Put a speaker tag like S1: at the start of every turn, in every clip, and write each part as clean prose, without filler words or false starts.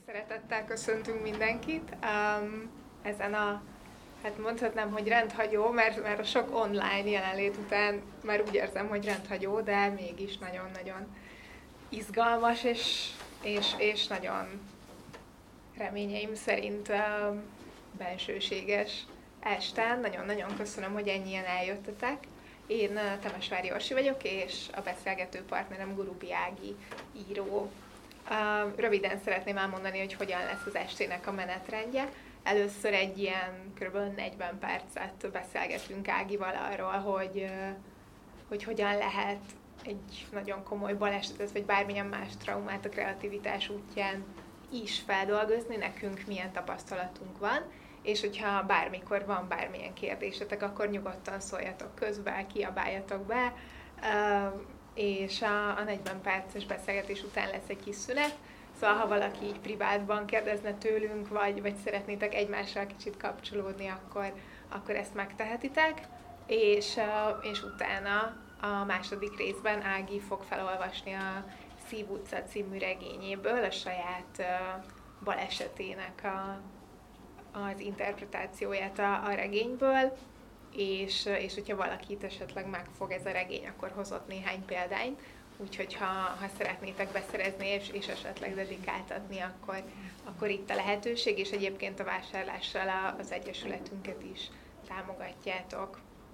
S1: Szeretettel köszöntünk mindenkit. Ezen hát mondhatnám, hogy rendhagyó, mert a sok online jelenlét után már úgy érzem, hogy rendhagyó, de mégis nagyon-nagyon izgalmas és nagyon reményeim szerint bensőséges están. Nagyon-nagyon köszönöm, hogy ennyien eljöttetek. Én Temesvári Orsi vagyok, és a beszélgető partnerem Gurupi Ági író. Röviden szeretném elmondani, hogy hogyan lesz az estének a menetrendje. Először egy ilyen kb. 40 percet beszélgetünk Ágival arról, hogy hogyan lehet egy nagyon komoly balesetet, vagy bármilyen más traumát a kreativitás útján is feldolgozni, nekünk milyen tapasztalatunk van, és hogyha bármikor van bármilyen kérdésetek, akkor nyugodtan szóljatok közbe, kiabáljatok be, és a 40 perces beszélgetés után lesz egy kis szünet, szóval ha valaki így privátban kérdezne tőlünk, vagy szeretnétek egymással kicsit kapcsolódni, akkor ezt megtehetitek, és utána a második részben Ági fog felolvasni a Szív utca című regényéből a saját balesetének az interpretációját a regényből, és hogyha valakit esetleg megfog ez a regény, akkor hozott néhány példányt, úgyhogy ha szeretnétek beszerezni és esetleg dedikáltatni, akkor itt a lehetőség, és egyébként a vásárlással az egyesületünket is támogatjátok.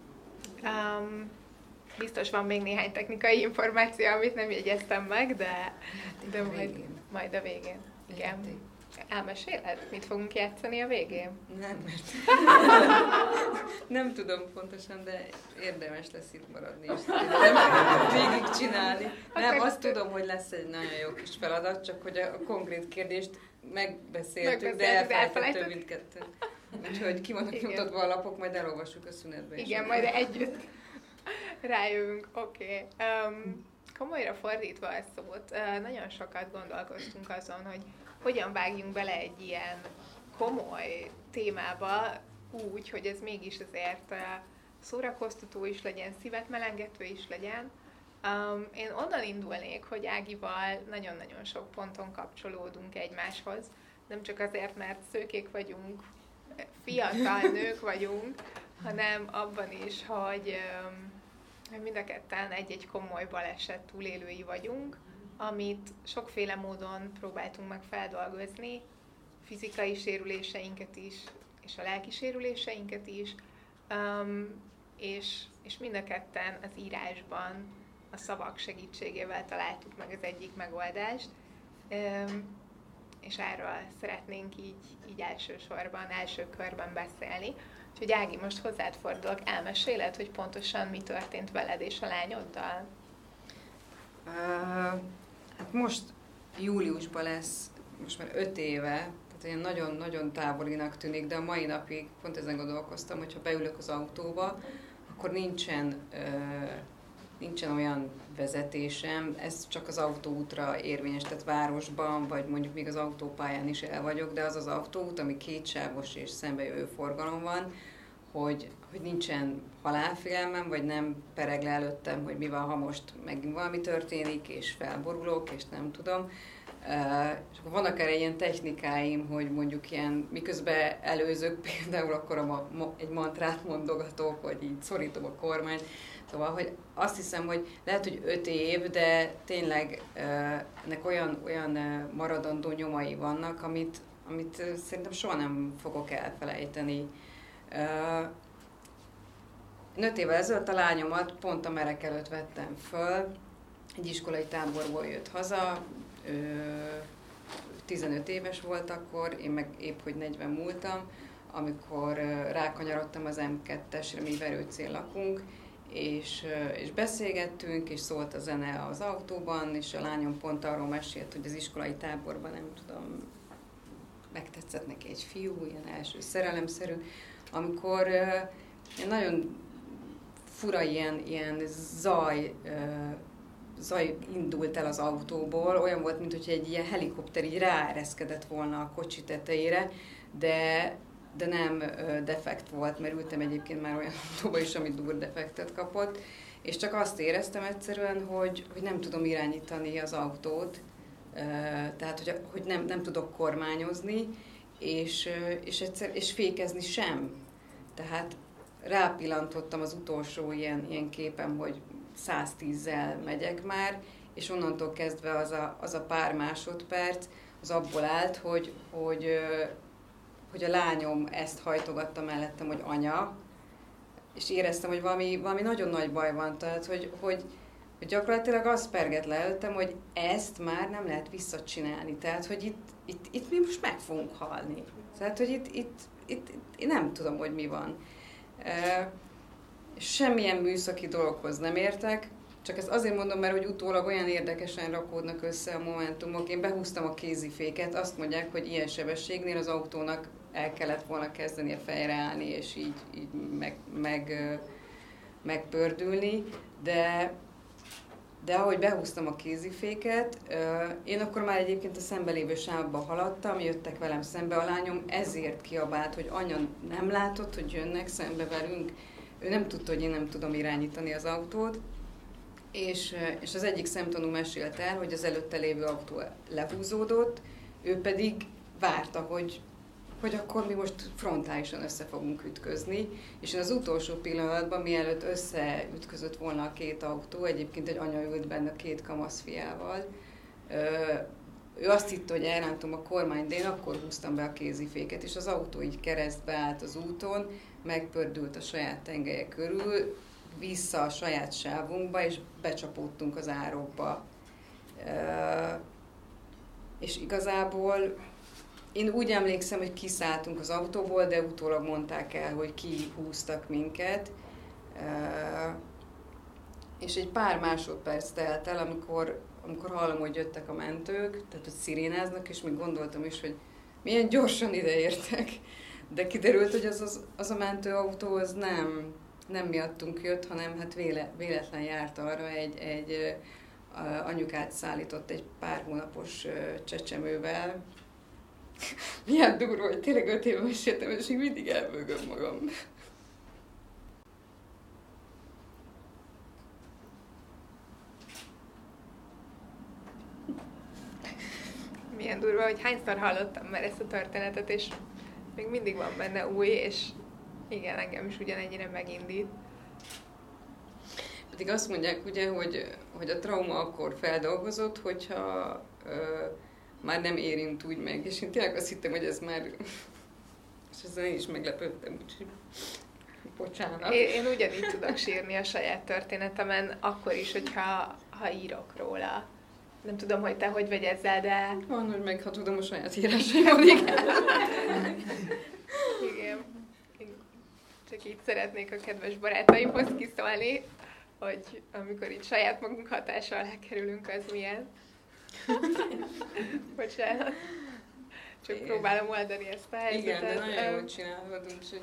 S1: Biztos van még néhány technikai információ, amit nem jegyeztem meg, de majd a végén. Igen. Elmeséled? Mit fogunk játszani a végén?
S2: Nem, mert nem tudom pontosan, de érdemes lesz itt maradni és végigcsinálni. Nem, azt tudom, hogy lesz egy nagyon jó kis feladat, csak hogy a konkrét kérdést megbeszéltük, de elfelejtettünk mindkettő. Úgyhogy ki vannak nyomtatva a lapok, majd elolvassuk a szünetbe.
S1: Igen, majd együtt rájövünk. Oké. Komolyra fordítva a szót, nagyon sokat gondolkoztunk azon, hogy hogyan vágjunk bele egy ilyen komoly témába úgy, hogy ez mégis azért szórakoztató is legyen, szívet melengető is legyen. Én onnan indulnék, hogy Ágival nagyon-nagyon sok ponton kapcsolódunk egymáshoz. Nem csak azért, mert szőkék vagyunk, fiatal nők vagyunk, hanem abban is, hogy mind a ketten egy komoly baleset túlélői vagyunk, amit sokféle módon próbáltunk meg feldolgozni, fizikai sérüléseinket is, és a lelki sérüléseinket is, és mind a ketten az írásban a szavak segítségével találtuk meg az egyik megoldást, és erről szeretnénk így elsősorban, első körben beszélni. Úgyhogy Ági, most hozzád fordulok, elmeséled, hogy pontosan mi történt veled és a lányoddal?
S2: Hát most júliusban lesz, most már 5 éve, tehát ilyen nagyon-nagyon távolinak tűnik, de a mai napig pont ezen gondolkoztam, hogyha beülök az autóba, akkor nincsen olyan vezetésem, ez csak az autóútra érvényes, tehát városban, vagy mondjuk még az autópályán is el vagyok, de az az autóút, ami kétsávos és szembejövő forgalom van, hogy nincsen halálfélelmem, vagy nem pereg le előttem, hogy mi van, ha most megint valami történik, és felborulok, és nem tudom. És akkor vannak erre ilyen technikáim, hogy mondjuk ilyen, miközben előzök, például akkor egy mantrát mondogatok, vagy így szorítom a kormányt. Szóval, hogy azt hiszem, hogy lehet, hogy 5 év, de tényleg ennek olyan maradandó nyomai vannak, amit szerintem soha nem fogok elfelejteni. 5 évvel ezelőtt a lányomat pont a merek előtt vettem föl, egy iskolai táborból jött haza, 15 éves volt akkor, én meg épp hogy 40 múltam, amikor rákanyarodtam az M2-esre, mi Verőcén lakunk, és beszélgettünk, és szólt a zene az autóban, és a lányom pont arról mesélt, hogy az iskolai táborban, nem tudom, megtetszett neki egy fiú, ilyen első szerelemszerű, amikor nagyon fura ilyen zaj indult el az autóból, olyan volt, mintha egy ilyen helikopter így ráereszkedett volna a kocsi tetejére, de nem defekt volt, mert ültem egyébként már olyan autóba is, ami defektet kapott, és csak azt éreztem egyszerűen, hogy nem tudom irányítani az autót, Tehát, hogy nem tudok kormányozni, és fékezni sem. Tehát rápillantottam az utolsó ilyen képem, hogy 110-zel megyek már, és onnantól kezdve az a pár másodperc, az abból állt, hogy a lányom ezt hajtogatta mellettem, hogy anya, és éreztem, hogy valami nagyon nagy baj van, tehát hogy gyakorlatilag azt perget le előttem, hogy ezt már nem lehet visszacsinálni, tehát hogy itt mi most meg fogunk halni. Tehát, hogy itt én nem tudom, hogy mi van. Semmilyen műszaki dologhoz nem értek, csak ezt azért mondom, mert hogy utólag olyan érdekesen rakódnak össze a momentumok. Én behúztam a kéziféket, azt mondják, hogy ilyen sebességnél az autónak el kellett volna kezdenie fejre állni, és így megpördülni, de ahogy behúztam a kéziféket, én akkor már egyébként a szembelévő sávba haladtam, jöttek velem szembe, a lányom ezért kiabált, hogy anya, nem látod, hogy jönnek szembe velünk? Ő nem tudta, hogy én nem tudom irányítani az autót, és az egyik szemtanú mesélte el, hogy az előtte lévő autó lehúzódott, ő pedig várta, hogy akkor mi most frontálisan össze fogunk ütközni, és az utolsó pillanatban, mielőtt összeütközött volna a két autó, egyébként egy anya ült benne a két kamaszfiával, ő azt hitte, hogy elrántom a kormányt, de én akkor húztam be a kéziféket, és az autó így keresztbe állt az úton, megpördült a saját tengelye körül, vissza a saját sávunkba, és becsapódtunk az árokba. És igazából én úgy emlékszem, hogy kiszálltunk az autóból, de utólag mondták el, hogy kihúztak minket. És egy pár másodperc telt el, amikor hallom, hogy jöttek a mentők, tehát hogy szirénáznak, és még gondoltam is, hogy milyen gyorsan ideértek. De kiderült, hogy az a mentőautó az nem miattunk jött, hanem hát véletlen járt arra, egy anyukát szállított egy pár hónapos csecsemővel. Milyen durva, hogy tényleg 5 éve meséltem, és még mindig elbőgöm magam.
S1: Milyen durva, hogy hányszor hallottam már ezt a történetet, és még mindig van benne új, és igen, engem is ugyanennyire megindít.
S2: Pedig azt mondják ugye, hogy a trauma akkor feldolgozott, hogyha már nem érint úgy meg, és én tényleg azt hittem, hogy ez már, és ezzel én is meglepődtem, úgyhogy bocsánat.
S1: Én ugyanígy tudok sírni a saját történetemen, akkor is, hogyha írok róla. Nem tudom, hogy te hogy vagy ezzel, de...
S2: Van, hogy meghatodom a saját írásaimat, igen.
S1: Igen. Én csak így szeretnék a kedves barátaimhoz kiszólni, hogy amikor így saját magunk hatása alá kerülünk, az milyen. Bocsánat. Csak próbálom oldani ezt a helyzetet.
S2: Igen, de nagyon jól csinálod, úgyhogy...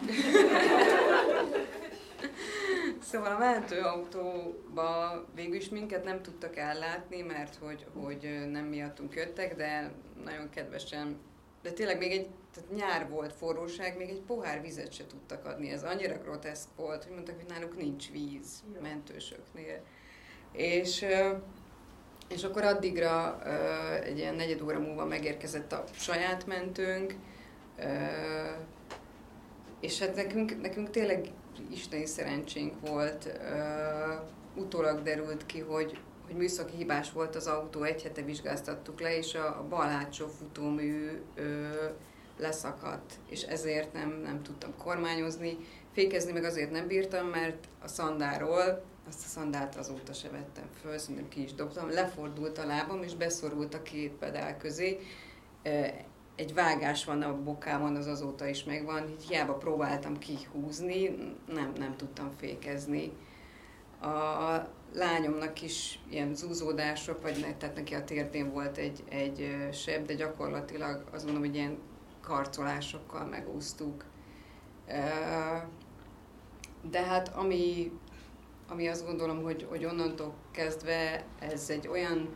S2: Szóval a mentőautóba végül is minket nem tudtak ellátni, mert hogy nem miattunk jöttek, de nagyon kedvesen, de tényleg még tehát nyár volt, forróság, még egy pohár vizet se tudtak adni. Ez annyira groteszk volt, hogy mondtak, hogy náluk nincs víz mentősöknél. És akkor addigra egy ilyen 4 óra múlva megérkezett a saját mentőnk, és hát nekünk tényleg isteni szerencsénk volt. Utólag derült ki, hogy műszaki hibás volt az autó, 1 hete vizsgáztattuk le, és a bal hátsó futómű leszakadt, és ezért nem tudtam kormányozni. Fékezni meg azért nem bírtam, mert a szandáról, azt a szandált azóta se vettem föl, szerintem ki is dobtam, lefordult a lábam, és beszorult a 2 pedál közé. Egy vágás van a bokámon, az azóta is megvan, így hiába próbáltam kihúzni, nem tudtam fékezni. A lányomnak is ilyen zúzódások, tehát neki a térdén volt egy seb, de gyakorlatilag azt mondom, hogy ilyen karcolásokkal megúsztuk. De hát ami azt gondolom, hogy onnantól kezdve ez egy olyan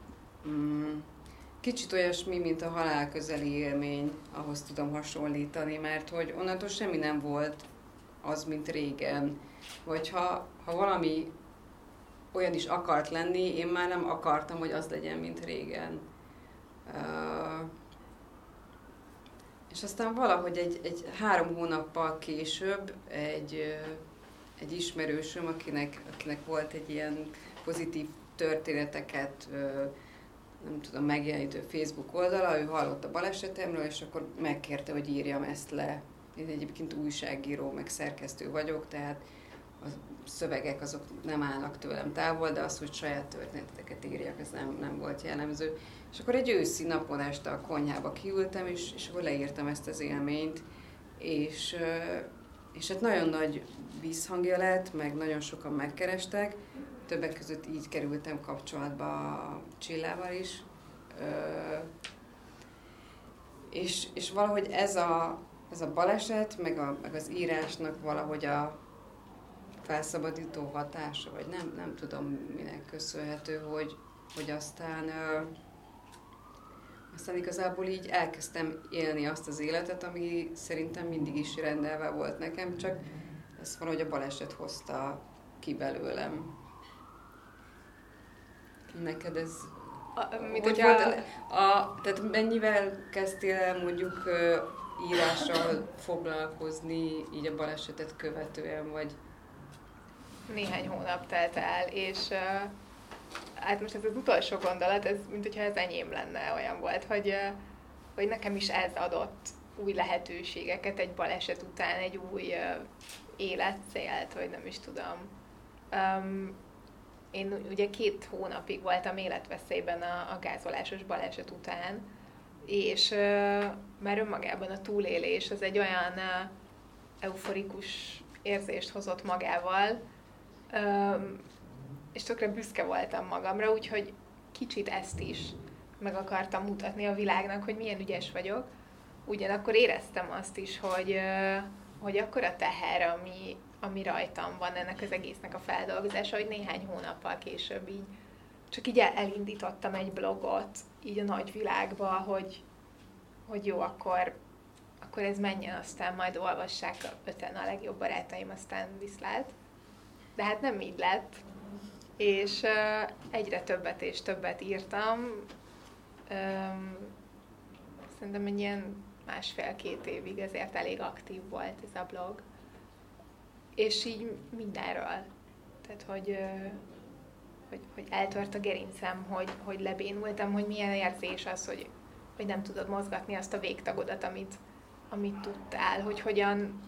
S2: kicsit olyasmi, mint a halálközeli élmény, ahhoz tudom hasonlítani, mert hogy onnantól semmi nem volt az, mint régen. Vagy ha valami olyan is akart lenni, én már nem akartam, hogy az legyen, mint régen. És aztán valahogy egy 3 hónappal később egy ismerősöm, akinek volt egy ilyen pozitív történeteket, nem tudom, megjelenítő Facebook oldala, ő hallott a balesetemről, és akkor megkérte, hogy írjam ezt le. Én egyébként újságíró, meg szerkesztő vagyok, tehát a szövegek azok nem állnak tőlem távol, de az, hogy saját történeteket írjak, ez nem volt jellemző. És akkor egy őszi napon este a konyhába kiültem, és akkor leírtam ezt az élményt, és hát nagyon nagy vízhangja lett, meg nagyon sokan megkerestek, többek között így kerültem kapcsolatba a Csillával is, és valahogy ez a baleset, meg az írásnak valahogy a felszabadító hatása, vagy nem tudom minek köszönhető, hogy aztán igazából így elkezdtem élni azt az életet, ami szerintem mindig is rendelve volt nekem, csak ezt valahogy a baleset hozta ki belőlem. Neked ez... tehát mennyivel kezdtél el mondjuk írással foglalkozni így a balesetet követően, vagy?
S1: Néhány hónap telt el, és hát most ez az utolsó gondolat, ez mint hogyha ez enyém lenne, olyan volt, hogy nekem is ez adott új lehetőségeket egy baleset után, egy új életcélt, vagy nem is tudom. Én ugye 2 hónapig voltam életveszélyben a gázolásos baleset után, és már önmagában a túlélés az egy olyan euforikus érzést hozott magával, és tökre büszke voltam magamra, úgyhogy kicsit ezt is meg akartam mutatni a világnak, hogy milyen ügyes vagyok. Ugyanakkor éreztem azt is, hogy akkora teher, ami rajtam van ennek az egésznek a feldolgozása, hogy néhány hónappal később így csak így elindítottam egy blogot így a nagyvilágba, hogy jó, akkor ez menjen, aztán majd olvassák 5-en a legjobb barátaim, aztán viszlát. De hát nem így lett, és egyre többet és többet írtam. Szerintem egy ilyen 1,5-2 évig ezért elég aktív volt ez a blog. És így mindenről. Tehát, hogy eltört a gerincem, hogy lebénultam, hogy milyen érzés az, hogy nem tudod mozgatni azt a végtagodat, amit tudtál, hogy hogyan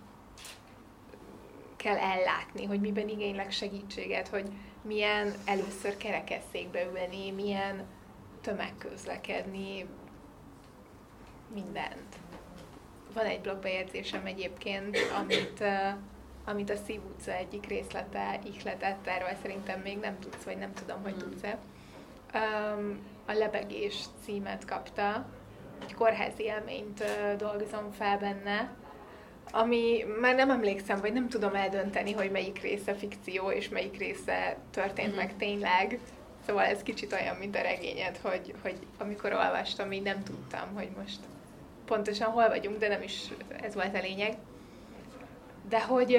S1: kell ellátni, hogy miben igénylek segítséget, hogy milyen először kerekesszékbe ülni, milyen tömegközlekedni, mindent. Van egy blogbejegyzésem egyébként, amit a Szív utca egyik részlete ihletett, erről szerintem még nem tudsz, vagy nem tudom, hogy tudsz-e. A Lebegés címet kapta, egy kórházi élményt dolgozom fel benne, ami már nem emlékszem, vagy nem tudom eldönteni, hogy melyik része fikció, és melyik része történt meg tényleg. Szóval ez kicsit olyan, mint a regényed, hogy amikor olvastam, így nem tudtam, hogy most pontosan hol vagyunk, de nem is ez volt a lényeg. De hogy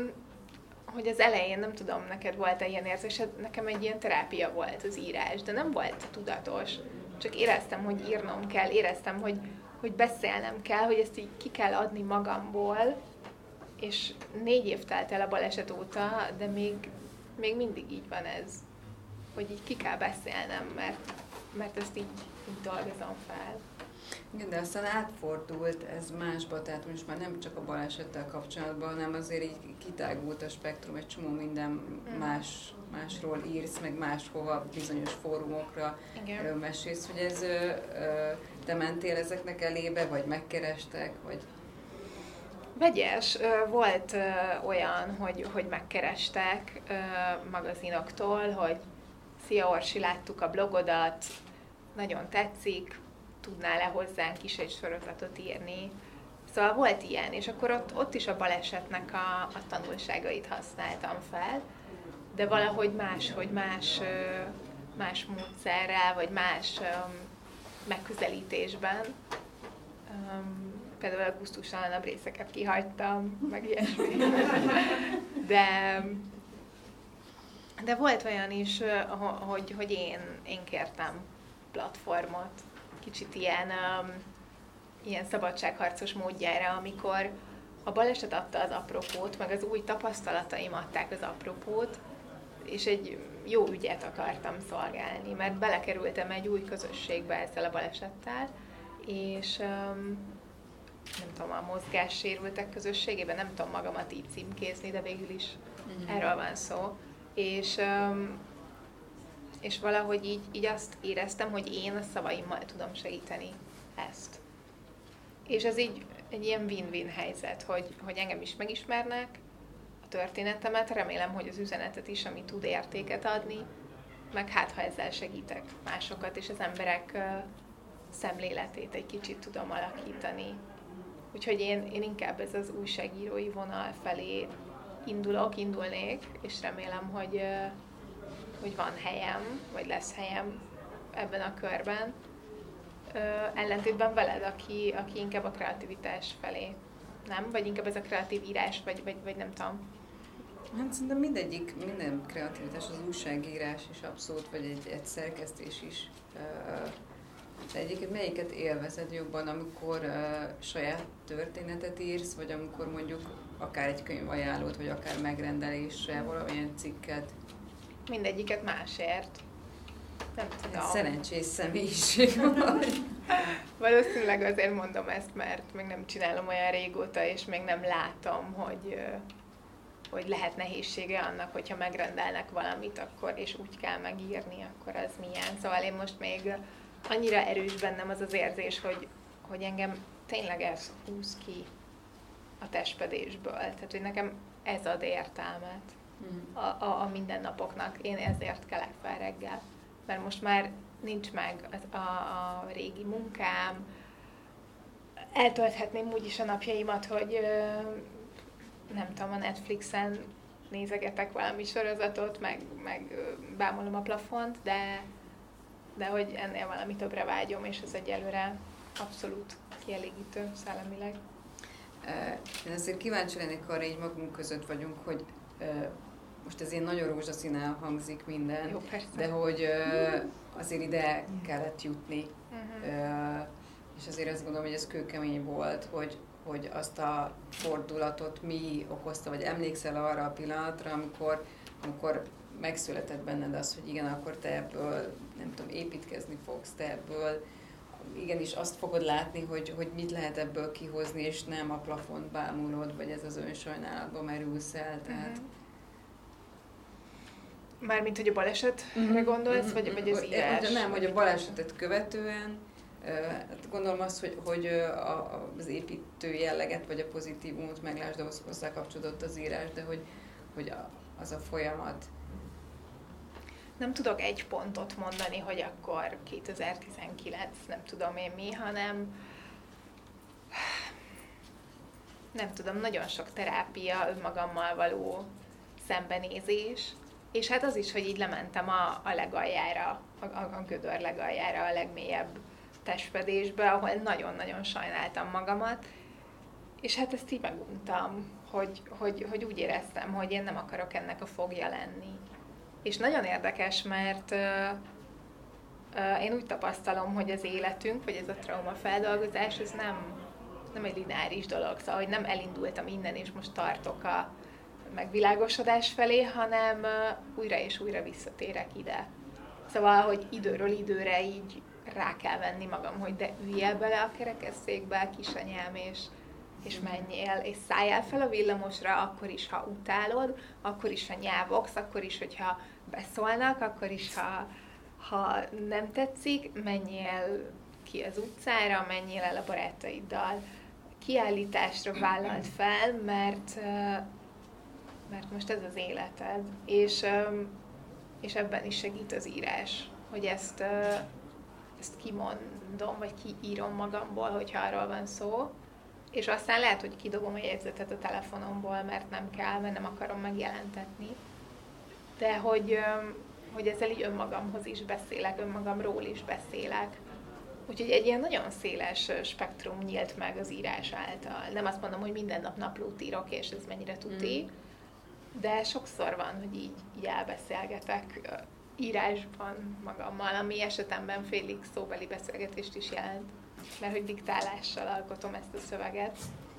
S1: az elején, nem tudom, neked volt-e ilyen érzés, nekem egy ilyen terápia volt az írás, de nem volt tudatos. Csak éreztem, hogy írnom kell, éreztem, hogy beszélnem kell, hogy ezt így ki kell adni magamból, és 4 év telt el a baleset óta, de még mindig így van ez, hogy így ki kell beszélnem, mert ezt így dolgozom fel.
S2: Igen, de aztán átfordult ez másba, tehát most már nem csak a balesettel kapcsolatban, hanem azért így kitágult a spektrum, egy csomó minden másról írsz, meg máshova, bizonyos fórumokra erről mesélsz, hogy ez te mentél ezeknek elébe, vagy megkerestek, vagy...
S1: Vegyes. Volt olyan, hogy megkerestek magazinoktól, hogy szia Orsi, láttuk a blogodat, nagyon tetszik, tudnál-e hozzánk is egy sorozatot írni. Szóval volt ilyen, és akkor ott is a balesetnek a tanulságait használtam fel, de valahogy más módszerrel, vagy más megközelítésben. Például a gusztustalanabb részeket kihagytam, meg ilyesmi. De volt olyan is, hogy én kértem platformot, kicsit ilyen szabadságharcos módjára, amikor a baleset adta az apropót, meg az új tapasztalataim adták az apropót, és egy jó ügyet akartam szolgálni, mert belekerültem egy új közösségbe ezzel a balesettel, és nem tudom, a mozgássérültek közösségében, nem tudom magamat így címkézni, de végül is erről van szó. És valahogy így azt éreztem, hogy én a szavaimmal tudom segíteni ezt. És ez így egy ilyen win-win helyzet, hogy engem is megismernek, a történetemet, remélem, hogy az üzenetet is, ami tud értéket adni, meg hát, ha ezzel segítek másokat, és az emberek szemléletét egy kicsit tudom alakítani. Úgyhogy én inkább ez az újságírói vonal felé indulnék, és remélem, hogy van helyem, vagy lesz helyem ebben a körben. Ellentétben veled, aki inkább a kreativitás felé, nem? Vagy inkább ez a kreatív írás, vagy nem tudom.
S2: Hát szerintem minden kreativitás, az újságírás is abszolút, vagy egy szerkesztés is. De egyébként melyiket élvezed jobban, amikor saját történetet írsz, vagy amikor mondjuk akár egy könyvajánlót, vagy akár megrendelésre valamilyen cikket?
S1: Mindegyiket másért. Nem tudom.
S2: Szerencsés személyiség vagy.
S1: Valószínűleg azért mondom ezt, mert még nem csinálom olyan régóta, és még nem látom, hogy lehet nehézsége annak, hogyha megrendelnek valamit, akkor, és úgy kell megírni, akkor az milyen. Szóval én most még annyira erős bennem az az érzés, hogy engem tényleg ez húz ki a testpedésből. Tehát, hogy nekem ez ad értelmet a mindennapoknak. Én ezért kelek fel reggel. Mert most már nincs meg a régi munkám. Eltölthetném úgyis a napjaimat, hogy nem tudom, a Netflixen nézegetek valami sorozatot, meg bámulom a plafont, de hogy ennél valami többre vágyom, és ez egyelőre abszolút kielégítő szellemileg.
S2: Én azért kíváncsi lennék arra, így magunk között vagyunk, hogy most ez ilyen nagyon rózsaszínen hangzik minden,
S1: jó,
S2: de hogy azért ide kellett jutni. És azért azt gondolom, hogy ez kőkemény volt, hogy azt a fordulatot mi okozta, vagy emlékszel arra a pillanatra, amikor megszületett benned az, hogy igen, akkor te ebből, nem tudom, építkezni fogsz, te ebből igenis azt fogod látni, hogy mit lehet ebből kihozni, és nem a plafont bámulod, vagy ez az önsajnálatba merülsz el, tehát...
S1: Mármint, hogy a balesetre gondolsz, vagy az írás?
S2: Nem, hogy a balesetet követően, gondolom azt, hogy az építő jelleget, vagy a pozitívumot meglásd, ahhoz hozzá kapcsolódott az írás, de hogy az a folyamat.
S1: Nem tudok egy pontot mondani, hogy akkor 2019, nem tudom én mi, hanem nem tudom, nagyon sok terápia, önmagammal való szembenézés, és hát az is, hogy így lementem a legaljára, a gödör legaljára, a legmélyebb testfedésbe, ahol nagyon-nagyon sajnáltam magamat, és hát ezt így meguntam, hogy úgy éreztem, hogy én nem akarok ennek a fogja lenni. És nagyon érdekes, mert én úgy tapasztalom, hogy az életünk, vagy ez a traumafeldolgozás, ez nem egy lineáris dolog, szóval, hogy nem elindultam innen, és most tartok a megvilágosodás felé, hanem újra és újra visszatérek ide. Szóval, hogy időről időre így rá kell venni magam, hogy de üljél bele a kerekesszékbe, kisanyám, és menjél, és szálljál fel a villamosra, akkor is, ha utálod, akkor is, ha nyávogsz, akkor is, hogyha beszólnak, akkor is, ha nem tetszik, menjél ki az utcára, menjél el a barátaiddal, kiállításra vállalt fel, mert most ez az életed, és ebben is segít az írás, hogy ezt kimondom, vagy kiírom magamból, hogyha arról van szó, és aztán lehet, hogy kidobom a jegyzetet a telefonomból, mert nem kell, mert nem akarom megjelentetni, de hogy ezzel így önmagamhoz is beszélek, önmagamról is beszélek. Úgyhogy egy ilyen nagyon széles spektrum nyílt meg az írás által. Nem azt mondom, hogy minden nap naplót írok, és ez mennyire tuti, de sokszor van, hogy így elbeszélgetek írásban magammal, ami esetemben félig szóbeli beszélgetést is jelent, mert hogy diktálással alkotom ezt a szöveget,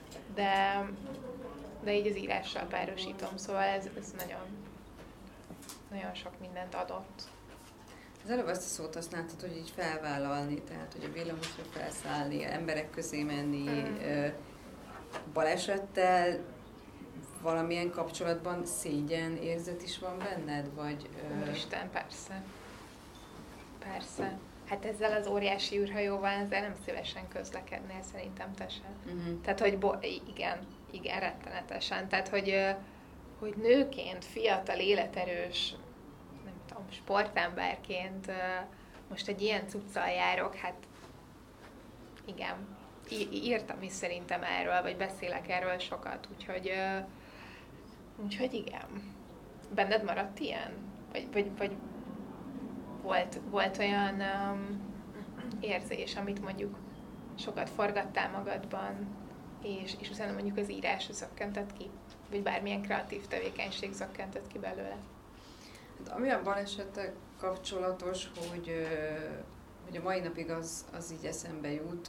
S1: de így az írással párosítom, szóval ez nagyon, nagyon sok mindent adott.
S2: Az előbb azt a szót használtad, hogy így felvállalni, tehát hogy a villamosra felszállni, emberek közé menni, balesettel valamilyen kapcsolatban szégyen érzet is van benned, vagy...
S1: Úristen, persze. Persze. Hát ezzel az óriási űrhajóval ezzel nem szívesen közlekednél, szerintem te sem. Tehát, hogy igen, rettenetesen. Tehát, hogy nőként, fiatal, életerős, nem tudom, sportemberként most egy ilyen cuccal járok, hát igen, írtam is szerintem erről, vagy beszélek erről sokat, úgyhogy igen. Benned maradt ilyen? Vagy volt olyan érzés, amit mondjuk sokat forgattál magadban, és utána mondjuk az írás zökkentett ki? Vagy bármilyen kreatív tevékenység zökkentett ki belőle?
S2: Hát, ami a balesettel kapcsolatos, hogy a mai napig az így eszembe jut,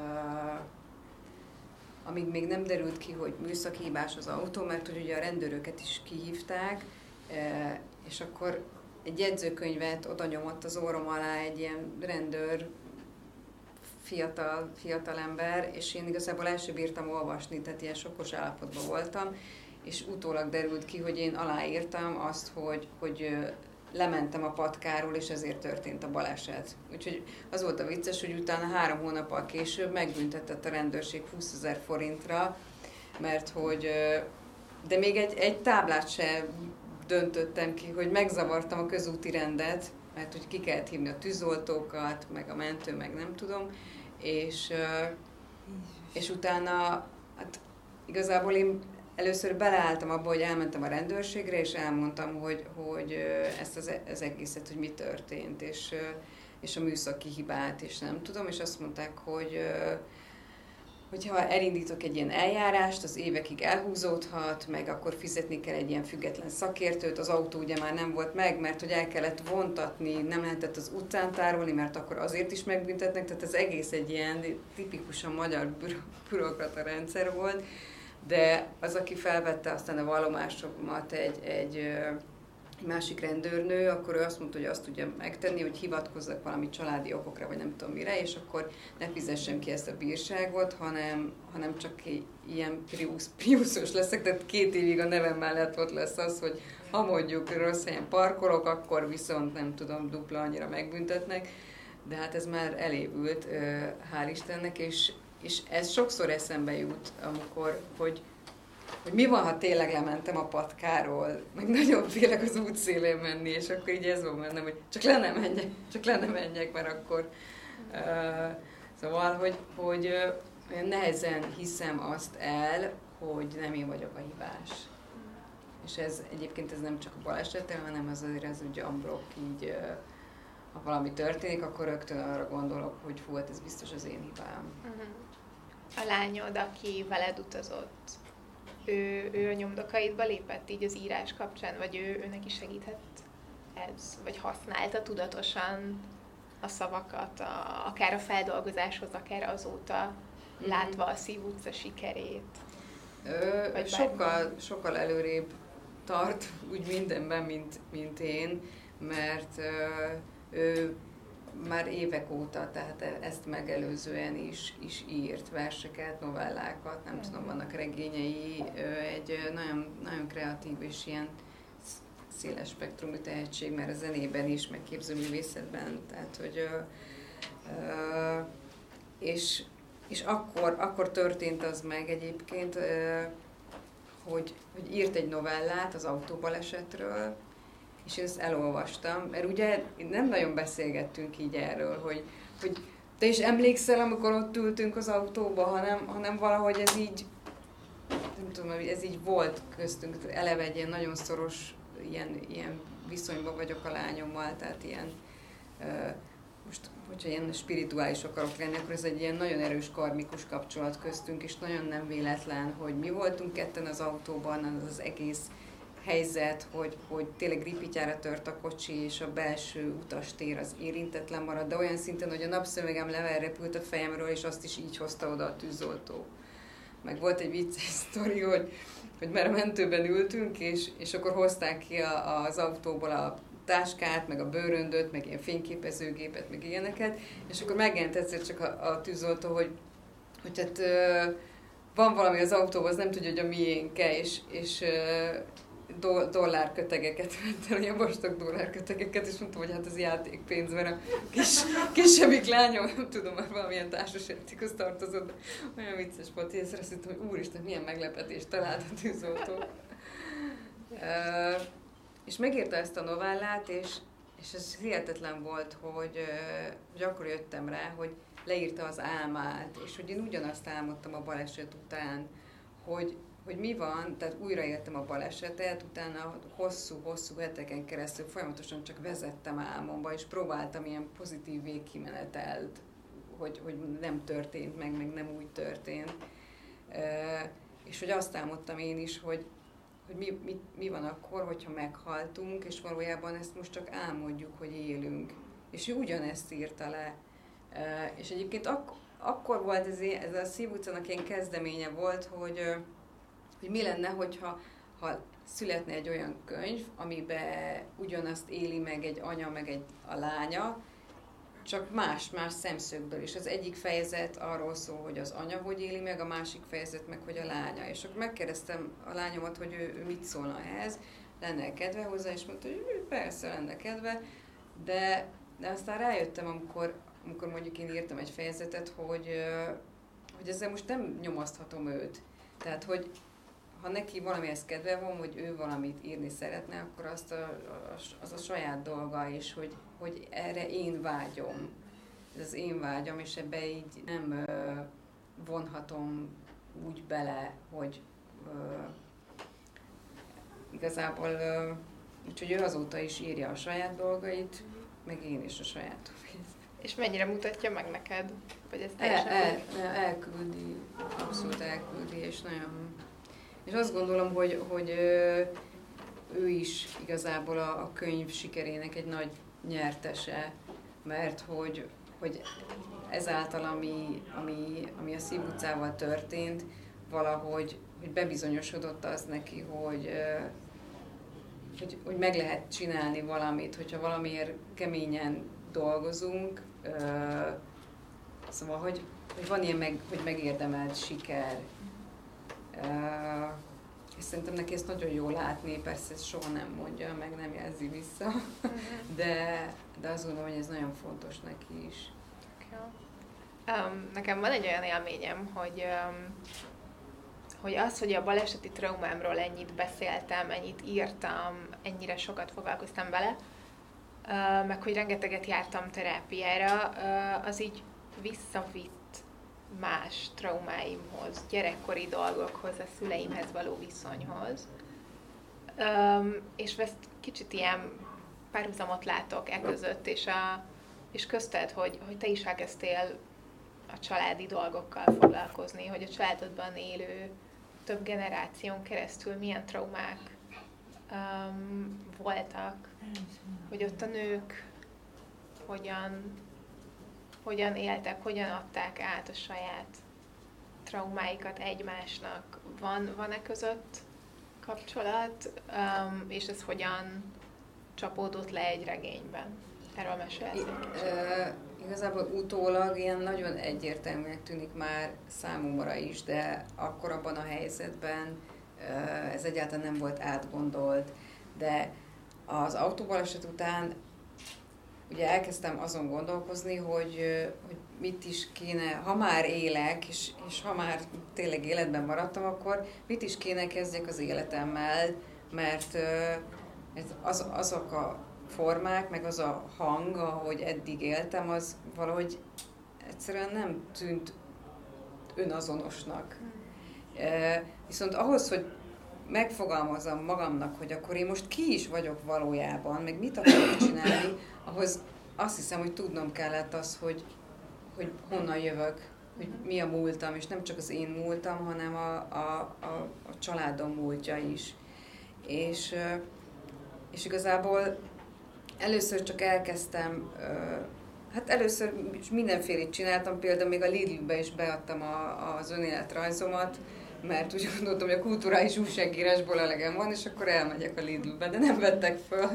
S2: amíg még nem derült ki, hogy műszaki hibás az autó, mert hogy ugye a rendőröket is kihívták, és akkor egy jegyzőkönyvet oda nyomott az orrom alá egy ilyen rendőr, fiatal ember, és én igazából el sem bírtam olvasni, tehát ilyen sokkos állapotban voltam, és utólag derült ki, hogy én aláírtam azt, hogy lementem a patkáról, és ezért történt a baleset. Úgyhogy az volt a vicces, hogy utána 3 hónappal később megbüntetett a rendőrség 20 000 forintra, mert hogy, de még egy táblát se döntöttem ki, hogy megzavartam a közúti rendet, mert hogy ki kellett hívni a tűzoltókat, meg a mentő, meg nem tudom, és utána, hát igazából én először beleálltam abba, hogy elmentem a rendőrségre, és elmondtam, hogy ezt az egészet, hogy mi történt, és a műszaki hibát, és nem tudom, és azt mondták, hogy ha elindítok egy ilyen eljárást, az évekig elhúzódhat, meg akkor fizetni kell egy ilyen független szakértőt, az autó ugye már nem volt meg, mert hogy el kellett vontatni, nem lehetett az utcán tárolni, mert akkor azért is megbüntetnek, tehát ez egész egy ilyen tipikusan magyar bürokrata rendszer volt, de az, aki felvette aztán a vallomásomat egy másik rendőrnő, akkor ő azt mondta, hogy azt tudja megtenni, hogy hivatkozzak valami családi okokra, vagy nem tudom mire, és akkor ne fizessem ki ezt a bírságot, hanem csak ilyen priuszos leszek, tehát 2 évig a nevem mellett ott lesz az, hogy ha mondjuk rossz helyen parkolok, akkor viszont nem tudom, dupla annyira megbüntetnek, de hát ez már elévült, hál' Istennek, és ez sokszor eszembe jut, amikor, hogy mi van, ha tényleg lementem a patkáról, meg nagyon félek az útszélén menni, és akkor így ez van bennem, hogy csak le ne menjek, mert akkor... Szóval, hogy olyan nehezen hiszem azt el, hogy nem én vagyok a hibás. És ez egyébként ez nem csak a balesetre, hanem azért ez ugye unblock így, ha valami történik, akkor rögtön arra gondolok, hogy hú, hát ez biztos az én hibám.
S1: A lányod, aki veled utazott, ő a nyomdokaidba lépett így az írás kapcsán, vagy ő neki segített ez? Vagy használta tudatosan a szavakat, akár a feldolgozáshoz, akár azóta látva a Szív utca sikerét?
S2: Sokkal előrébb tart úgy mindenben, mint én, mert ő már évek óta, tehát ezt megelőzően is írt verseket, novellákat, nem tudom, vannak regényei, egy nagyon, nagyon kreatív és ilyen széles spektrumú tehetség, mert a zenében is, meg képzőművészetben, tehát hogy és akkor történt az meg egyébként, hogy írt egy novellát az autóbalesetről, és én ezt elolvastam, mert ugye nem nagyon beszélgettünk így erről, hogy te is emlékszel, amikor ott ültünk az autóba, hanem valahogy ez így, nem tudom, ez így volt köztünk, eleve egy ilyen nagyon szoros ilyen viszonyban vagyok a lányommal, tehát ilyen, most, hogyha ilyen spirituális akarok lenni, akkor ez egy ilyen nagyon erős karmikus kapcsolat köztünk, és nagyon nem véletlen, hogy mi voltunk ketten az autóban, az egész helyzet, hogy tényleg ripityára tört a kocsi, és a belső utastér az érintetlen marad, de olyan szinten, hogy a napszemegem levelrepült a fejemről, és azt is így hozta oda a tűzoltó. Meg volt egy vicces sztori, hogy már a mentőben ültünk, és akkor hozták ki az autóból a táskát, meg a bőröndöt, meg ilyen fényképezőgépet, meg ilyeneket, és akkor megjelent egyszer csak a tűzoltó, hogy tehát van valami az autóban, az nem tudja, hogy a miénke, és dollárkötegeket vett el, ilyen vastag dollárkötegeket, és mondtam, hogy hát ez játékpénz, mert a kisebbik lányom, nem tudom, már valamilyen társasjátékhoz tartozott, de olyan vicces volt, hogy ezt hittem, hogy úristen, milyen meglepetést talált a tűzoltó. És megírta ezt a novellát, és ez hihetetlen volt, hogy akkor jöttem rá, hogy leírta az álmát, és hogy én ugyanazt álmodtam a baleset után, hogy mi van, tehát újraéltem a balesetet, utána hosszú heteken keresztül folyamatosan csak vezettem álmomba, és próbáltam ilyen pozitív végkimenetelt, hogy nem történt meg nem úgy történt. És hogy azt álmodtam én is, hogy mi van akkor, hogyha meghaltunk, és valójában ezt most csak álmodjuk, hogy élünk. És ő ugyanezt írta le. És egyébként akkor volt ez a Szív utcának ilyen kezdeménye volt, hogy mi lenne, hogyha születne egy olyan könyv, amiben ugyanazt éli meg egy anya, meg a lánya, csak más szemszögből is. Az egyik fejezet arról szól, hogy az anya hogy éli meg, a másik fejezet meg, hogy a lánya. És akkor megkérdeztem a lányomat, hogy ő mit szólna ehhez, lenne kedve hozzá, és mondta, hogy persze lenne kedve, de aztán rájöttem, amikor mondjuk én írtam egy fejezetet, hogy ezzel most nem nyomaszthatom őt. Tehát, hogy ha neki valamihez kedve van, hogy ő valamit írni szeretne, akkor az a saját dolga is, hogy erre én vágyom. Ez az én vágyam, és ebbe így nem vonhatom úgy bele, hogy igazából, úgyhogy ő azóta is írja a saját dolgait, meg én is a saját.
S1: És mennyire mutatja meg neked? Vagy ez
S2: elküldi, abszolút elküldi, és nagyon... És azt gondolom, hogy ő is igazából a könyv sikerének egy nagy nyertese, mert hogy ezáltal, ami a Szív utcával történt, valahogy hogy bebizonyosodott az neki, hogy meg lehet csinálni valamit, hogyha valamiért keményen dolgozunk, szóval, hogy van ilyen hogy megérdemelt siker. És szerintem neki ezt nagyon jól látni, persze ezt soha nem mondja, meg nem jelzi vissza, de azt gondolom, hogy ez nagyon fontos neki is.
S1: Nekem van egy olyan élményem, hogy az, hogy a baleseti traumámról ennyit beszéltem, ennyit írtam, ennyire sokat foglalkoztam vele, meg hogy rengeteget jártam terápiára, az így visszavitt más traumáimhoz, gyerekkori dolgokhoz, a szüleimhez való viszonyhoz. És ezt kicsit ilyen párhuzamot látok között, és közted, hogy te is elkezdtél a családi dolgokkal foglalkozni, hogy a családodban élő több generáción keresztül milyen traumák voltak, hogy ott a nők hogyan éltek, hogyan adták át a saját traumáikat egymásnak. Van-e között kapcsolat, és ez hogyan csapódott le egy regényben? Erről mesélsz?
S2: Igazából utólag ilyen nagyon egyértelműnek tűnik már számomra is, de akkor abban a helyzetben ez egyáltalán nem volt átgondolt. De az autóbaleset után ugye elkezdtem azon gondolkozni, hogy mit is kéne, ha már élek, és ha már tényleg életben maradtam, akkor mit is kéne kezdjek az életemmel, mert azok a formák, meg az a hang, ahogy eddig éltem, az valahogy egyszerűen nem tűnt önazonosnak. Viszont ahhoz, hogy megfogalmazom magamnak, hogy akkor én most ki is vagyok valójában, meg mit akarok csinálni, ahhoz azt hiszem, hogy tudnom kellett az, hogy honnan jövök, hogy mi a múltam, és nem csak az én múltam, hanem a családom múltja is. És igazából először csak elkezdtem, hát először mindenfélét csináltam, például még a Lidl-be is beadtam az önéletrajzomat, mert úgy gondoltam, hogy a kulturális újságírásból elegem van, és akkor elmegyek a Lidl-be, de nem vettek föl.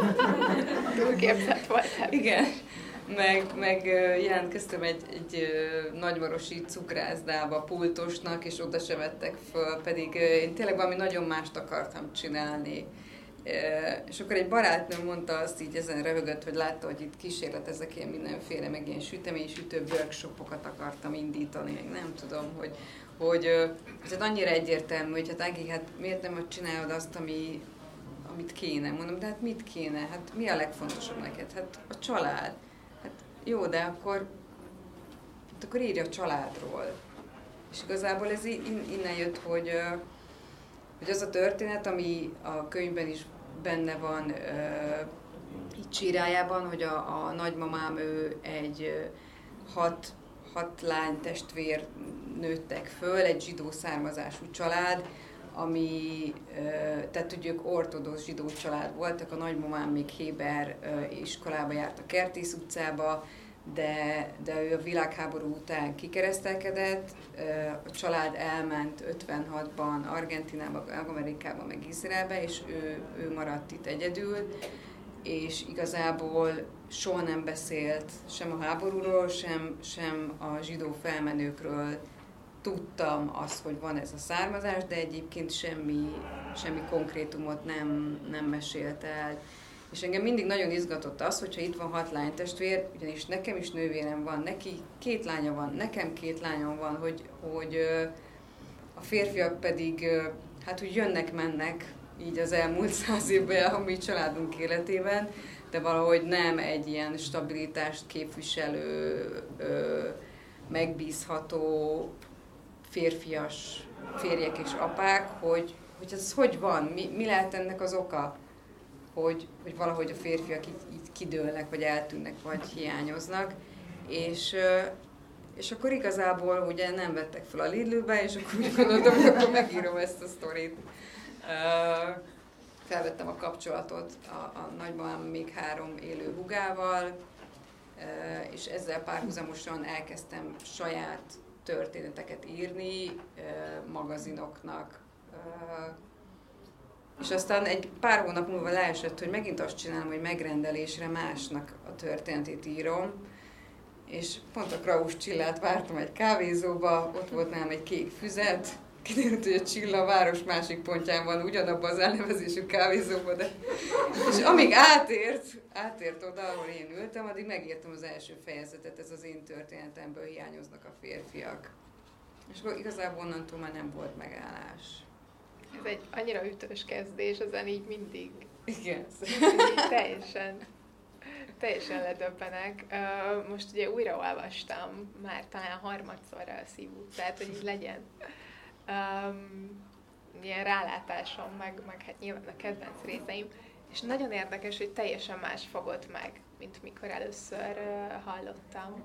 S1: Túlképzett voltál.
S2: Igen. Meg jelentkeztem egy nagymarosi cukrászdába pultosnak, és oda se vettek föl, pedig én tényleg valami nagyon mást akartam csinálni. És akkor egy barátnőm mondta azt, így ezen röhögött, hogy látta, hogy itt kísérletezek ilyen mindenféle, meg ilyen süteménysütő workshopokat akartam indítani, meg nem tudom, hogy hát annyira egyértelmű, hogy hát Ági, hát miért nem csinálod azt, amit kéne? Mondom, de hát mit kéne? Hát mi a legfontosabb neked? Hát a család. Hát jó, de akkor írja a családról. És igazából ez innen jött, hogy az a történet, ami a könyvben is benne van, így csírájában, hogy a nagymamám ő egy 6 lány testvér nőttek föl, egy zsidó származású család, ami, tehát ugye ők ortodox zsidó család voltak, a nagymamám még héber iskolába járt a Kertész utcába, de ő a világháború után kikeresztelkedett, a család elment 56-ban Argentinába, Amerikába, meg Izraelbe, és ő maradt itt egyedül, és igazából soha nem beszélt sem a háborúról, sem a zsidó felmenőkről. Tudtam azt, hogy van ez a származás, de egyébként semmi konkrétumot nem mesélt el. És engem mindig nagyon izgatott az, hogyha itt van 6 lánytestvér, ugyanis nekem is nővérem van, neki 2 lánya van, nekem 2 lányom van, hogy a férfiak pedig hát úgy jönnek-mennek így az elmúlt 100 évben a mi családunk életében, de valahogy nem egy ilyen stabilitást képviselő, megbízható férfias férjek és apák, hogy ez hogy van, mi lehet ennek az oka? Hogy valahogy a férfiak így kidőlnek, vagy eltűnnek, vagy hiányoznak, és akkor igazából ugye nem vettek fel a Lidl-be, és akkor úgy gondoltam, hogy akkor megírom ezt a sztorit. Felvettem a kapcsolatot a nagymamám még 3 élő húgával, és ezzel párhuzamosan elkezdtem saját történeteket írni magazinoknak, és aztán egy pár hónap múlva leesett, hogy megint azt csinálom, hogy megrendelésre másnak a történetét írom, és pont a Kraus Csillát vártam egy kávézóba, ott volt nálam egy kék füzet, kiderült, hogy a Csilla a város másik pontján van, ugyanabban az elnevezésű kávézóban, és amíg átért oda, ahol én ültem, addig megírtam az első fejezetet, ez az én történetemből hiányoznak a férfiak. És akkor igazából onnantól már nem volt megállás.
S1: Ez egy annyira ütős kezdés, ezen így mindig.
S2: Igen.
S1: Teljesen ledöbbenek. Most ugye újra olvastam, már talán harmadszorra a Szív utcát, hogy így legyen ilyen rálátásom, meg hát nyilván a kedvenc részeim. És nagyon érdekes, hogy teljesen más fogott meg, mint mikor először hallottam.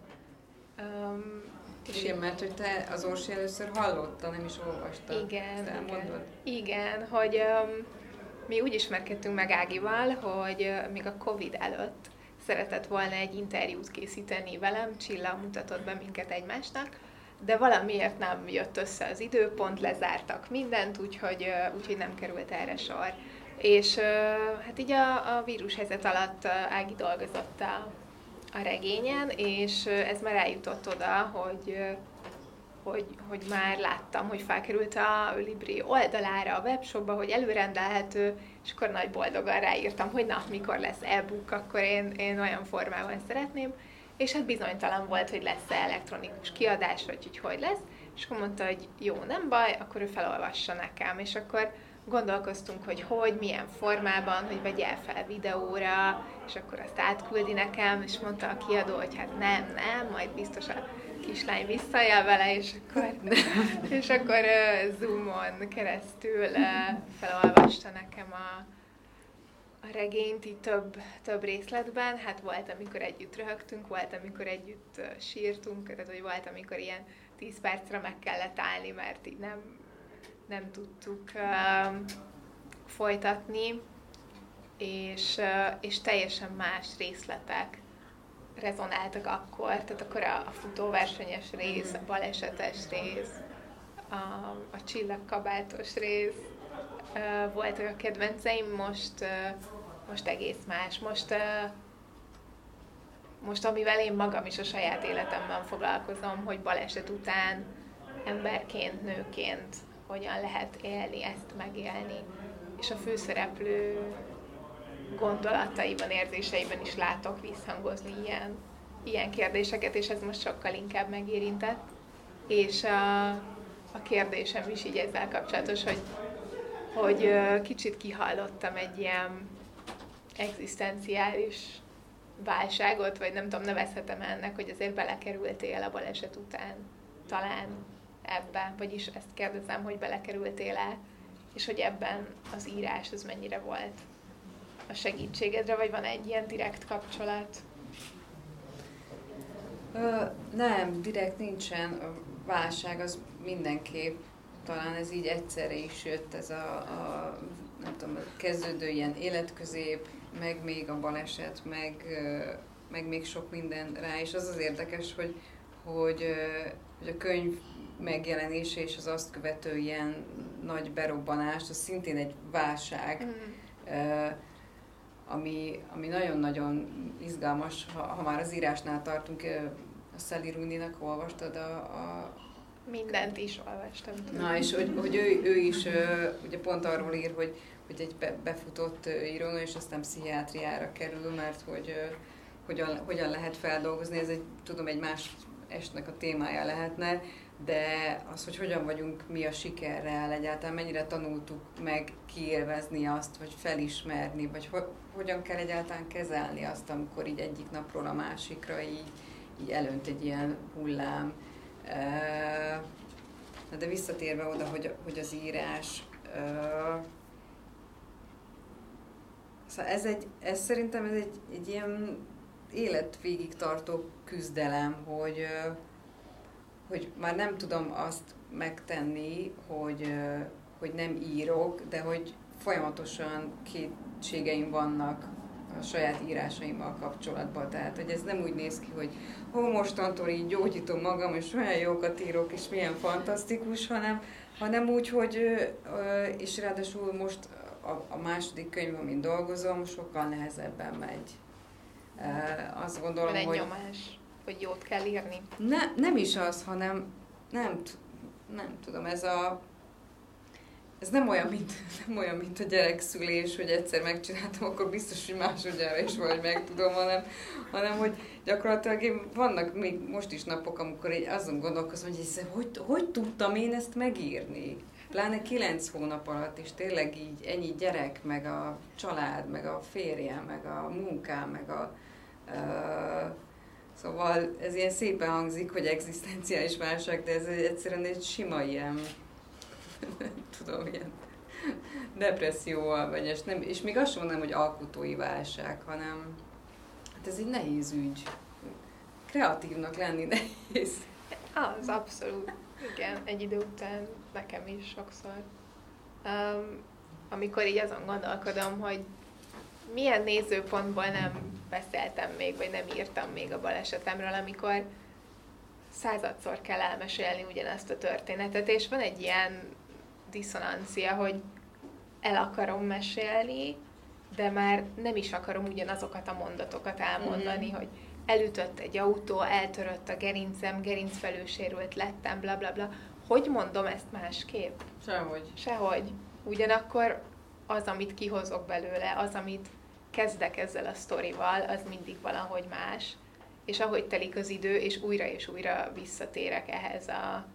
S2: Igen, mert hogy te az Orsi először hallotta, nem is olvasta.
S1: Igen, hogy mi úgy ismerkedtünk meg Ágival, hogy még a Covid előtt szeretett volna egy interjút készíteni velem, Csilla mutatott be minket egymásnak, de valamiért nem jött össze az időpont, lezártak mindent, úgyhogy nem került erre sor. És hát így a vírushelyzet alatt Ági dolgozott a regényen, és ez már eljutott oda, hogy már láttam, hogy felkerült a Libri oldalára, a webshopba, hogy előrendelhető, és akkor nagy boldogan ráírtam, hogy na, mikor lesz e-book, akkor én olyan formában szeretném, és hát bizonytalan volt, hogy lesz-e elektronikus kiadás, vagy hogy lesz, és akkor mondta, hogy jó, nem baj, akkor ő felolvassa nekem, és akkor gondolkoztunk, hogy milyen formában, hogy vegye fel videóra, és akkor azt átküldi nekem, és mondta a kiadó, hogy hát nem, majd biztos a kislány visszajel vele, és akkor Zoomon keresztül felolvasta nekem a regényt így több részletben. Hát volt, amikor együtt röhögtünk, volt, amikor együtt sírtunk, tehát hogy volt, amikor ilyen 10 percre meg kellett állni, mert így nem tudtuk folytatni, és teljesen más részletek rezonáltak akkor, tehát akkor a futóversenyes rész, a balesetes rész, a csillagkabátos rész voltak a kedvenceim, most egész más. Most amivel én magam is a saját életemben foglalkozom, hogy baleset után emberként, nőként hogyan lehet élni, ezt megélni. És a főszereplő gondolataiban, érzéseiben is látok visszhangozni ilyen kérdéseket, és ez most sokkal inkább megérintett. És a kérdésem is így ezzel kapcsolatos, hogy kicsit kihallottam egy ilyen egzisztenciális válságot, vagy nem tudom, nevezhetem ennek, hogy azért belekerültél a baleset után talán ebbe, vagyis ezt kérdezem, hogy belekerültél-e, és hogy ebben az írás az mennyire volt a segítségedre, vagy van egy ilyen direkt kapcsolat?
S2: Nem, direkt nincsen. A válság az mindenképp, talán ez így egyszerre is jött, ez a nem tudom, kezdődő ilyen életközép, meg még a baleset, meg még sok minden rá, és az érdekes, hogy a könyv megjelenése és az azt követő ilyen nagy berobbanást, az szintén egy válság, ami nagyon-nagyon izgalmas, ha már az írásnál tartunk. A Sally Rooney-nak olvastad
S1: Mindent is olvastam.
S2: Na, és hogy ő is ugye pont arról ír, hogy egy befutott írónő, és aztán pszichiátriára kerül, mert hogy hogyan lehet feldolgozni, ez egy más estnek a témája lehetne, de az, hogy hogyan vagyunk mi a sikerrel, egyáltalán mennyire tanultuk meg kiélvezni azt, vagy felismerni, vagy hogyan kell egyáltalán kezelni azt, amikor így egyik napról a másikra így elönt egy ilyen hullám. De visszatérve oda, hogy az írás, szóval ez szerintem egy ilyen életvégig tartó küzdelem, hogy már nem tudom azt megtenni, hogy nem írok, de hogy folyamatosan kétségeim vannak a saját írásaimmal kapcsolatban. Tehát, hogy ez nem úgy néz ki, hogy mostantól így gyógyítom magam, és olyan jókat írok, és milyen fantasztikus, hanem úgy, hogy, és ráadásul most a második könyv, amin dolgozom, sokkal nehezebben megy. Azt gondolom,
S1: van egy nyomás, hogy jót kell írni?
S2: Nem is az, hanem nem tudom, ez nem olyan, mint a gyerekszülés, hogy egyszer megcsináltam, akkor biztos, hogy másodjára is valahogy meg tudom, hanem hogy gyakorlatilag vannak még most is napok, amikor így azon gondolkozom, hogy tudtam én ezt megírni. Pláne 9 hónap alatt is tényleg így ennyi gyerek, meg a család, meg a férjem, meg a munkám, meg szóval ez ilyen szépen hangzik, hogy egzisztenciális válság, de ez egyszerűen egy sima ilyen, tudom, ilyen depresszióval vegyes, nem, és még azt sem mondanám, hogy alkotói válság, hanem hát ez egy nehéz ügy. Kreatívnak lenni nehéz.
S1: Az abszolút. Igen, egy idő után nekem is sokszor. Amikor így azon gondolkodom, hogy milyen nézőpontból nem beszéltem még, vagy nem írtam még a balesetemről, amikor 100-szor kell elmesélni ugyanezt a történetet, és van egy ilyen diszonancia, hogy el akarom mesélni, de már nem is akarom ugyanazokat a mondatokat elmondani, hogy elütött egy autó, eltörött a gerincem, gerincfelősérült lettem, bla bla bla. Hogy mondom ezt másképp? Sehogy. Ugyanakkor az, amit kihozok belőle, az, amit kezdek ezzel a sztorival, az mindig valahogy más. És ahogy telik az idő, és újra visszatérek ehhez a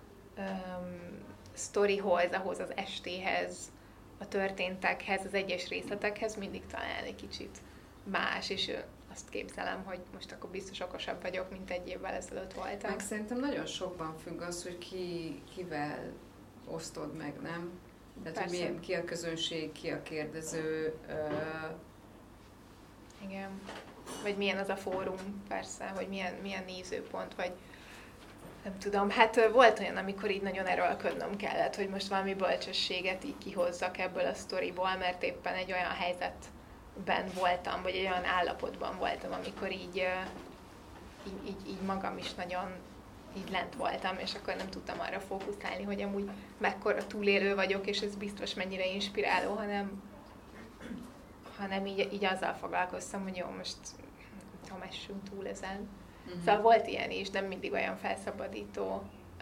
S1: sztorihoz, ahhoz az estéhez, a történtekhez, az egyes részletekhez, mindig talán egy kicsit más, és azt képzelem, hogy most akkor biztos okosabb vagyok, mint egy évvel ezelőtt voltam.
S2: Meg szerintem nagyon sokban függ az, hogy kivel osztod meg, nem? Tehát, hogy ki a közönség, ki a kérdező.
S1: Igen. Vagy milyen az a fórum, persze, hogy milyen nézőpont, vagy Nem tudom, hát volt olyan, amikor így nagyon erőlködnöm kellett, hogy most valami bölcsességet így kihozzak ebből a sztoriból, mert éppen egy olyan helyzetben voltam, vagy egy olyan állapotban voltam, amikor így magam is nagyon így lent voltam, és akkor nem tudtam arra fókuszálni, hogy amúgy mekkora túlélő vagyok, és ez biztos mennyire inspiráló, hanem így azzal foglalkoztam, hogy jó, most messünk túl ezen. Szóval volt ilyen is, nem mindig olyan felszabadító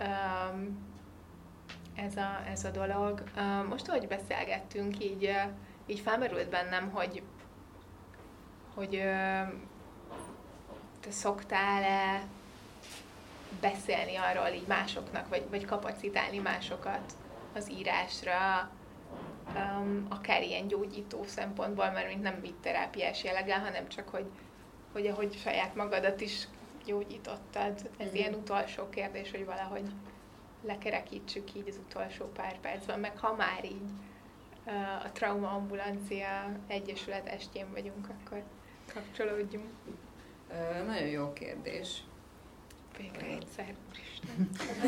S1: ez a dolog. Most, ahogy beszélgettünk, így felmerült bennem, hogy te szoktál-e beszélni arról így másoknak, vagy kapacitálni másokat az írásra, akár ilyen gyógyító szempontból, mert mint nem így terápiás jelleggel, hanem csak, hogy ahogy saját magadat is gyógyítottad. Ez ilyen utolsó kérdés, hogy valahogy lekerekítsük így az utolsó pár percben, meg ha már így a Trauma Ambulancia Egyesület estjén vagyunk, akkor kapcsolódjunk.
S2: Nagyon jó kérdés.
S1: Végre egyszer, úristen.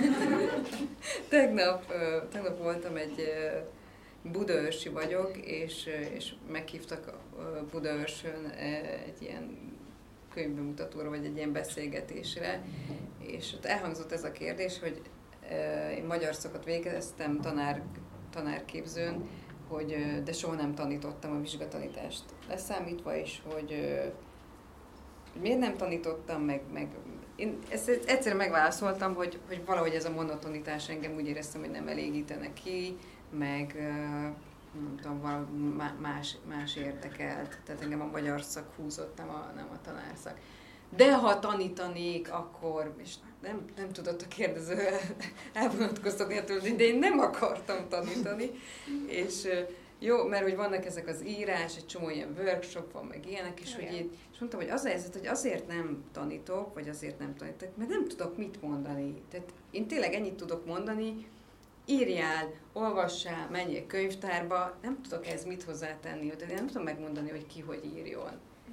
S2: Tegnap voltam Budaörsi vagyok, és meghívtak Budaörsön egy ilyen könyvbemutatóra, vagy egy ilyen beszélgetésre, és ott elhangzott ez a kérdés, hogy én magyar szakot végeztem tanárképzőn, de soha nem tanítottam a vizsgatanítást. Leszámítva is, hogy miért nem tanítottam, meg én ezt egyszerűen megválaszoltam, hogy valahogy ez a monotonitás engem úgy éreztem, hogy nem elégítene ki, meg nem tudom, más érdekelt. Tehát engem a magyar szak húzott, nem a tanárszak. De ha tanítanék, akkor, és nem tudott a kérdező elvonatkoztatni attól, de én nem akartam tanítani. És jó, mert hogy vannak ezek az írás, egy csomó ilyen workshop van, meg ilyenek, és, és mondtam, hogy az a helyzet, hogy azért nem tanítok, vagy azért nem tanítok, mert nem tudok mit mondani. Tehát én tényleg ennyit tudok mondani, írjál, olvassál, menjél könyvtárba, nem tudok ez mit hozzátenni, de én nem tudom megmondani, hogy ki hogy írjon.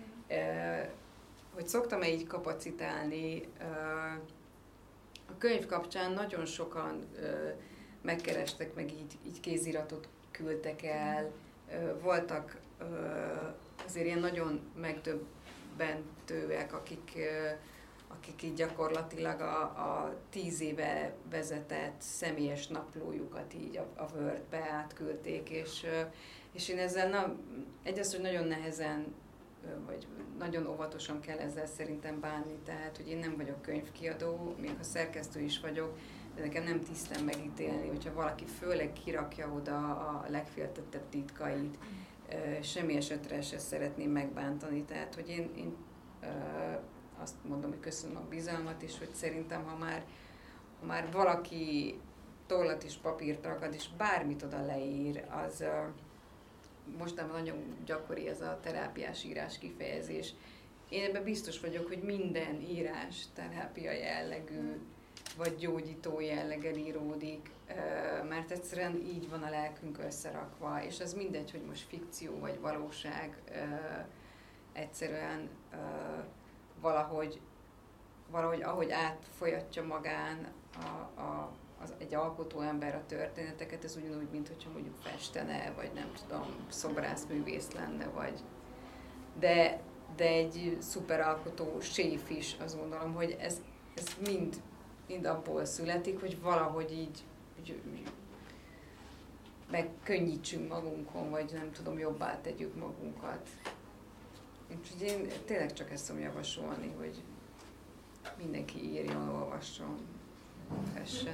S2: Hogy szoktam-e így kapacitálni, a könyv kapcsán nagyon sokan megkerestek, meg így kéziratot küldtek el, voltak azért ilyen nagyon megdöbbentőek, akik így gyakorlatilag a 10 éve vezetett személyes naplójukat így a Word-be átküldték, és én ezzel egyrészt, hogy nagyon nehezen, vagy nagyon óvatosan kell ezzel szerintem bánni, tehát, hogy én nem vagyok könyvkiadó, még ha szerkesztő is vagyok, de nekem nem tisztem megítélni, hogyha valaki főleg kirakja oda a legféltettebb titkait, semmi esetre se szeretném megbántani, tehát, hogy én azt mondom, hogy köszönöm a bizalmat, és hogy szerintem, ha már valaki tollat és papírt ragad, és bármit oda leír, az mostanában nagyon gyakori ez a terápiás írás kifejezés. Én ebben biztos vagyok, hogy minden írás terápia jellegű, vagy gyógyító jelleggel íródik, mert egyszerűen így van a lelkünk összerakva, és az mindegy, hogy most fikció vagy valóság, egyszerűen valahogy ahogy átfolyatja magán egy alkotó ember a történeteket, ez ugyanúgy, mint hogyha mondjuk festene, vagy nem tudom, szobrászművész lenne, de egy szuperalkotó séf is, azt gondolom, hogy ez mind abból születik, hogy valahogy így megkönnyítsünk magunkon, vagy nem tudom, jobbá tegyük magunkat. Úgyhogy én tényleg csak ezt tudom javasolni, hogy mindenki írjon, olvasson, fessen.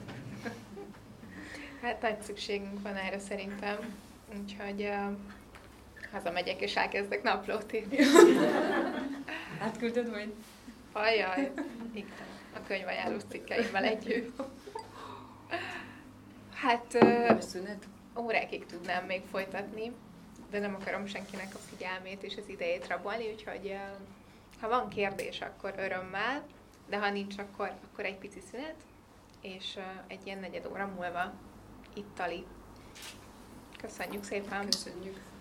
S1: Hát nagy szükségünk van erre szerintem, úgyhogy hazamegyek és elkezdek naplót írni.
S2: Átküldöd majd?
S1: Ajaj, igen, a könyvajánlós cikkeimmel együtt. Hát órákig tudnám még folytatni, de nem akarom senkinek a figyelmét és az idejét rabolni, úgyhogy ha van kérdés, akkor örömmel, de ha nincs, akkor egy pici szünet, és egy ilyen 4 óra múlva itt Tali. Köszönjük szépen!
S2: Köszönjük!